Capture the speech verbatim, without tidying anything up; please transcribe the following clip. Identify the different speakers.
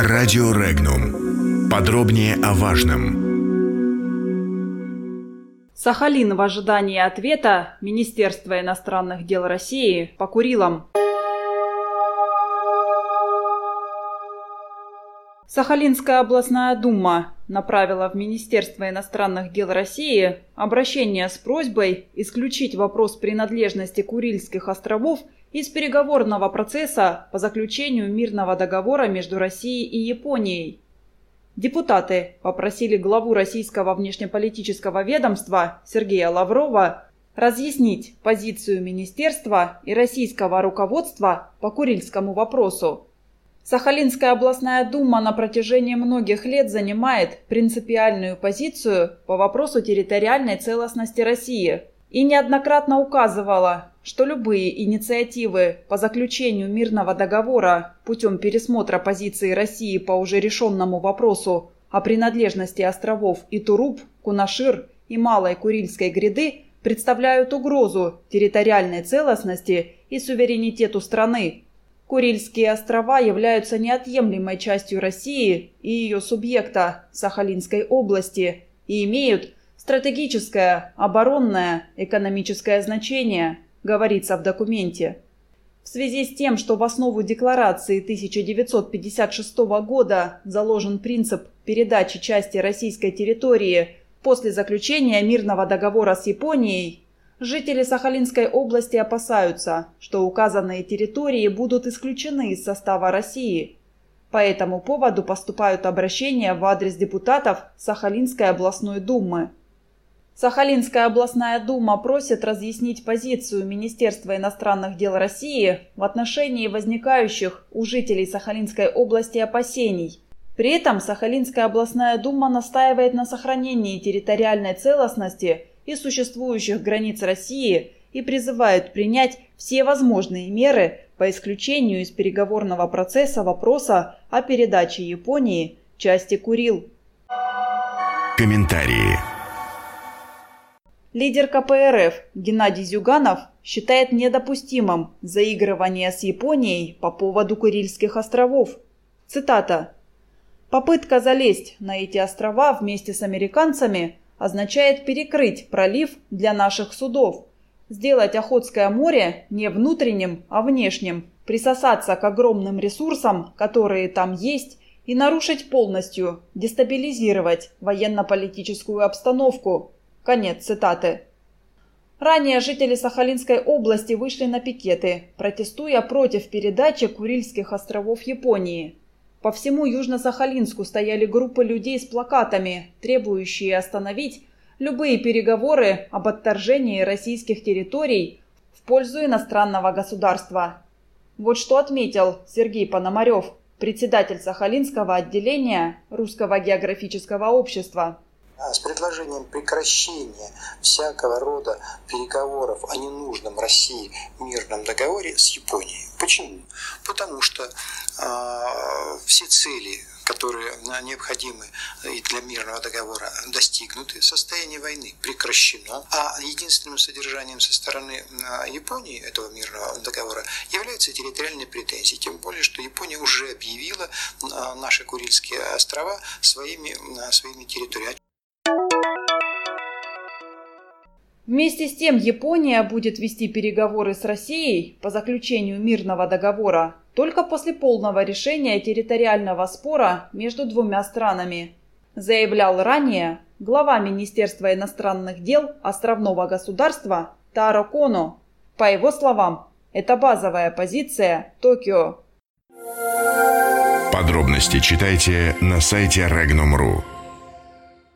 Speaker 1: Радио Регнум. Подробнее о важном.
Speaker 2: Сахалин в ожидании ответа Министерства иностранных дел России по Курилам. Сахалинская областная дума направила в Министерство иностранных дел России обращение с просьбой исключить вопрос принадлежности Курильских островов из переговорного процесса по заключению мирного договора между Россией и Японией. Депутаты попросили главу российского внешнеполитического ведомства Сергея Лаврова разъяснить позицию министерства и российского руководства по Курильскому вопросу. Сахалинская областная дума на протяжении многих лет занимает принципиальную позицию по вопросу территориальной целостности России и неоднократно указывала, что любые инициативы по заключению мирного договора путем пересмотра позиции России по уже решенному вопросу о принадлежности островов Итуруп, Кунашир и Малой Курильской гряды представляют угрозу территориальной целостности и суверенитету страны. Курильские острова являются неотъемлемой частью России и ее субъекта Сахалинской области и имеют стратегическое, оборонное, экономическое значение, говорится в документе. В связи с тем, что в основу декларации тысяча девятьсот пятьдесят шестого года заложен принцип передачи части российской территории после заключения мирного договора с Японией, жители Сахалинской области опасаются, что указанные территории будут исключены из состава России. По этому поводу поступают обращения в адрес депутатов Сахалинской областной думы. Сахалинская областная дума просит разъяснить позицию Министерства иностранных дел России в отношении возникающих у жителей Сахалинской области опасений. При этом Сахалинская областная дума настаивает на сохранении территориальной целостности и существующих границ России и призывает принять все возможные меры по исключению из переговорного процесса вопроса о передаче Японии части Курил.
Speaker 1: Комментарии.
Speaker 2: Лидер ка пэ эр эф Геннадий Зюганов считает недопустимым заигрывание с Японией по поводу Курильских островов. Цитата. «Попытка залезть на эти острова вместе с американцами означает перекрыть пролив для наших судов, сделать Охотское море не внутренним, а внешним, присосаться к огромным ресурсам, которые там есть, и нарушить полностью, дестабилизировать военно-политическую обстановку». Конец цитаты. Ранее жители Сахалинской области вышли на пикеты, протестуя против передачи Курильских островов Японии. По всему Южно-Сахалинску стояли группы людей с плакатами, требующие остановить любые переговоры об отторжении российских территорий в пользу иностранного государства. Вот что отметил Сергей Пономарев, председатель Сахалинского отделения Русского географического общества.
Speaker 3: С предложением прекращения всякого рода переговоров о ненужном России мирном договоре с Японией. Почему? Потому что э, все цели, которые необходимы и для мирного договора, достигнуты, состояние войны прекращено, а единственным содержанием со стороны Японии этого мирного договора являются территориальные претензии. Тем более, что Япония уже объявила наши Курильские острова своими, своими территориями.
Speaker 2: Вместе с тем Япония будет вести переговоры с Россией по заключению мирного договора только после полного решения территориального спора между двумя странами, заявлял ранее глава Министерства иностранных дел островного государства Таро Коно. По его словам, это базовая позиция Токио.
Speaker 1: Подробности читайте на сайте регнум точка ру.